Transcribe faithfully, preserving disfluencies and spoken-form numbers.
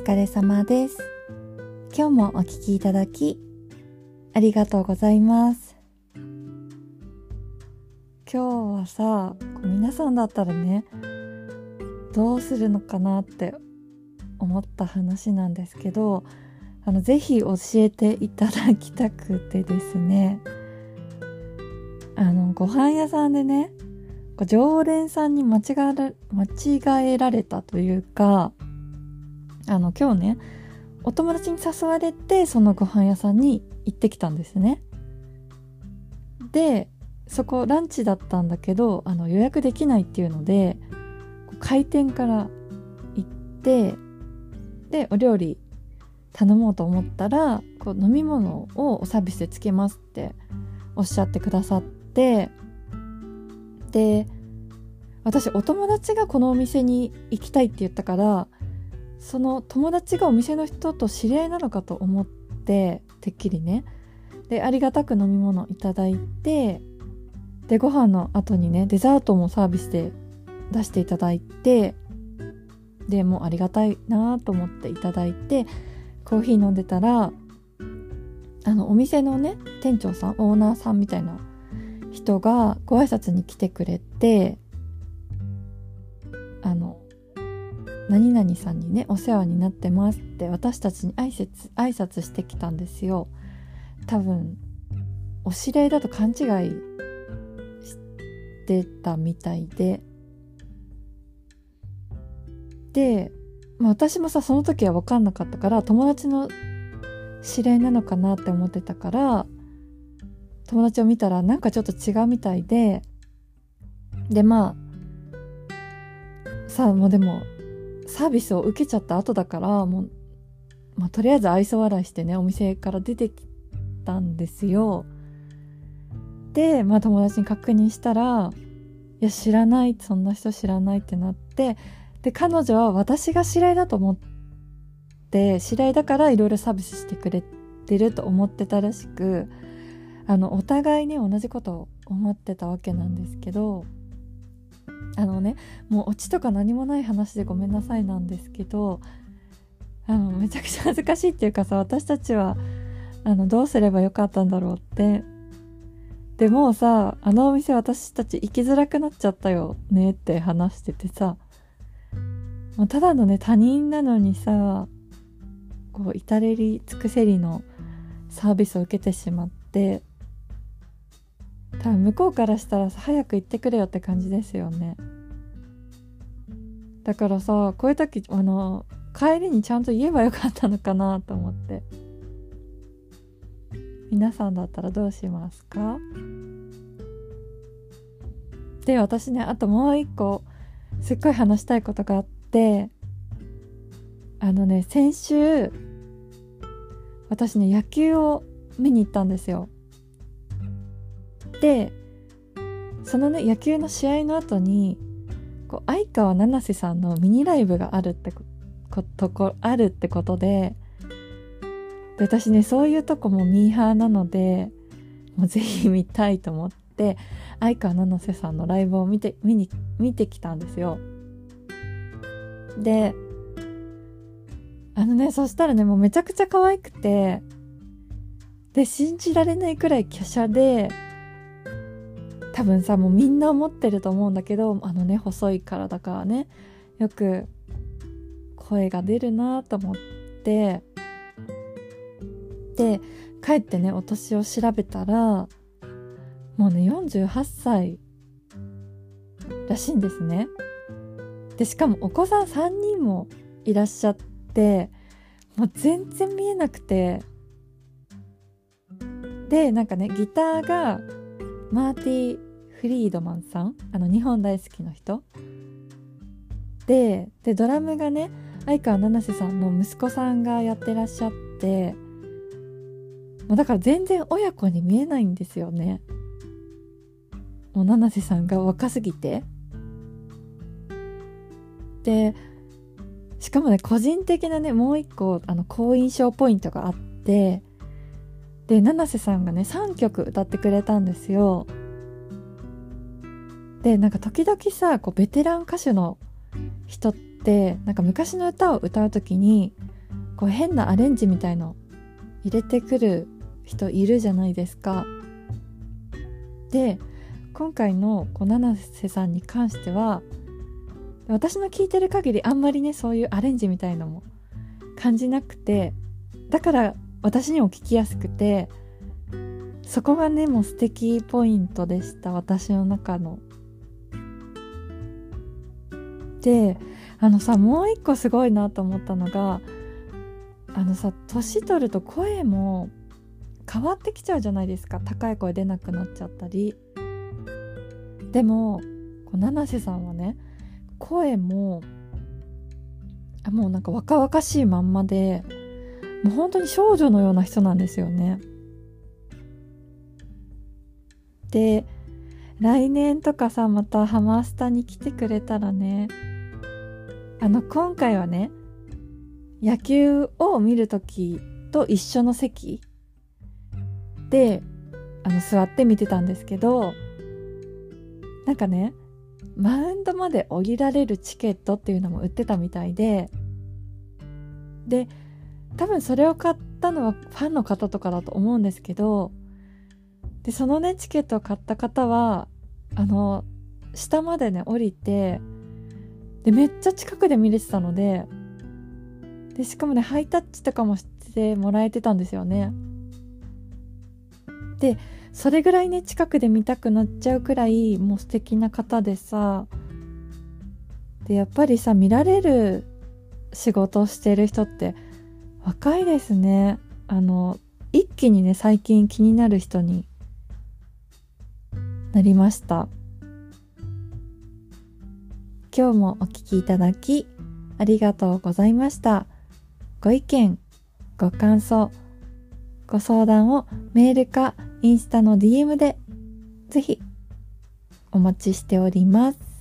疲れ様です。今日もお聞きいただきありがとうございます。今日はさ、皆さんだったらね、どうするのかなって思った話なんですけど、あのぜひ教えていただきたくてですね、あのご飯屋さんでね、常連さんに間違えら間違えられたというか、あの今日ね、お友達に誘われてそのご飯屋さんに行ってきたんですね。で、そこランチだったんだけど、あの予約できないっていうので、開店から行って、でお料理頼もうと思ったら、こう飲み物をサービスでつけますっておっしゃってくださって、で私お友達がこのお店に行きたいって言ったから、その友達がお店の人と知り合いなのかと思って、てっきりね、でありがたく飲み物いただいて、でご飯の後にねデザートもサービスで出していただいて、でもうありがたいなと思っていただいて、コーヒー飲んでたら、あのお店のね店長さん、オーナーさんみたいな人がご挨拶に来てくれて、あの何々さんにねお世話になってますって私たちに挨拶挨拶してきたんですよ。多分お知り合いだと勘違いしてたみたいで、で、まあ、私もさその時は分かんなかったから、友達の知り合いなのかなって思ってたから、友達を見たらなんかちょっと違うみたいで、でまあさあもうでもサービスを受けちゃった後だから、もう、まあ、とりあえず愛想笑いしてねお店から出てきたんですよ。で、まあ、友達に確認したら、いや知らない、そんな人知らないってなって、で彼女は私が知り合いだと思って、知り合いだからいろいろサービスしてくれてると思ってたらしく、あのお互いに同じことを思ってたわけなんですけど、あのね、もうオチとか何もない話でごめんなさいなんですけど、あのめちゃくちゃ恥ずかしいっていうかさ、私たちはあのどうすればよかったんだろうって。でもうさ、あのお店私たち行きづらくなっちゃったよねって話しててさ、もうただのね他人なのにさ、こう至れり尽くせりのサービスを受けてしまって、多分向こうからしたらさ、早く行ってくれよって感じですよね。だからさ、こういう時あの帰りにちゃんと言えばよかったのかなと思って。皆さんだったらどうしますか？で、私ね、あともう一個すっごい話したいことがあって、あのね、先週私ね野球を見に行ったんですよ。で、そのね野球の試合の後に、こう相川七瀬さんのミニライブがあるってこことこあるってことで、で私ねそういうとこもミーハーなので、もうぜひ見たいと思って相川七瀬さんのライブを見て見に見てきたんですよ。で、あのね、そしたらね、もうめちゃくちゃ可愛くて、で信じられないくらい華奢で、多分さもうみんな思ってると思うんだけど、あのね細い体からねよく声が出るなと思って、で帰ってねお年を調べたら、もうねよんじゅうはっさいらしいんですね。でしかもお子さんさんにんもいらっしゃって、もう全然見えなくて、でなんかねギターがマーティ・フリードマンさん、あの日本大好きな人で、でドラムがね相川七瀬さんの息子さんがやってらっしゃって、もうだから全然親子に見えないんですよね。もう七瀬さんが若すぎて。でしかもね個人的なねもう一個あの好印象ポイントがあって、で七瀬さんがねさんきょく歌ってくれたんですよ。でなんか時々さ、こうベテラン歌手の人ってなんか昔の歌を歌うときにこう変なアレンジみたいの入れてくる人いるじゃないですか。で今回のこう七瀬さんに関しては、私の聞いてる限りあんまりねそういうアレンジみたいのも感じなくて、だから私にも聞きやすくて、そこがねもう素敵ポイントでした、私の中の。であのさ、もう一個すごいなと思ったのが、あのさ、年取ると声も変わってきちゃうじゃないですか。高い声出なくなっちゃったり。でもこう七瀬さんはね、声もあもうなんか若々しいまんまで、もう本当に少女のような人なんですよね。で来年とかさ、またハマスタに来てくれたらね、あの今回はね野球を見るときと一緒の席であの座って見てたんですけど、なんかねマウンドまで降りられるチケットっていうのも売ってたみたいで、で多分それを買ったのはファンの方とかだと思うんですけど、でそのねチケットを買った方はあの下までね降りて、でめっちゃ近くで見れてたので、でしかもねハイタッチとかもしてもらえてたんですよね。でそれぐらいね近くで見たくなっちゃうくらいもう素敵な方でさ、でやっぱりさ、見られる仕事をしてる人って若いですね。あの一気にね最近気になる人になりました。今日もお聞きいただきありがとうございました。ご意見、ご感想、ご相談をメールかインスタの ディーエム でぜひお待ちしております。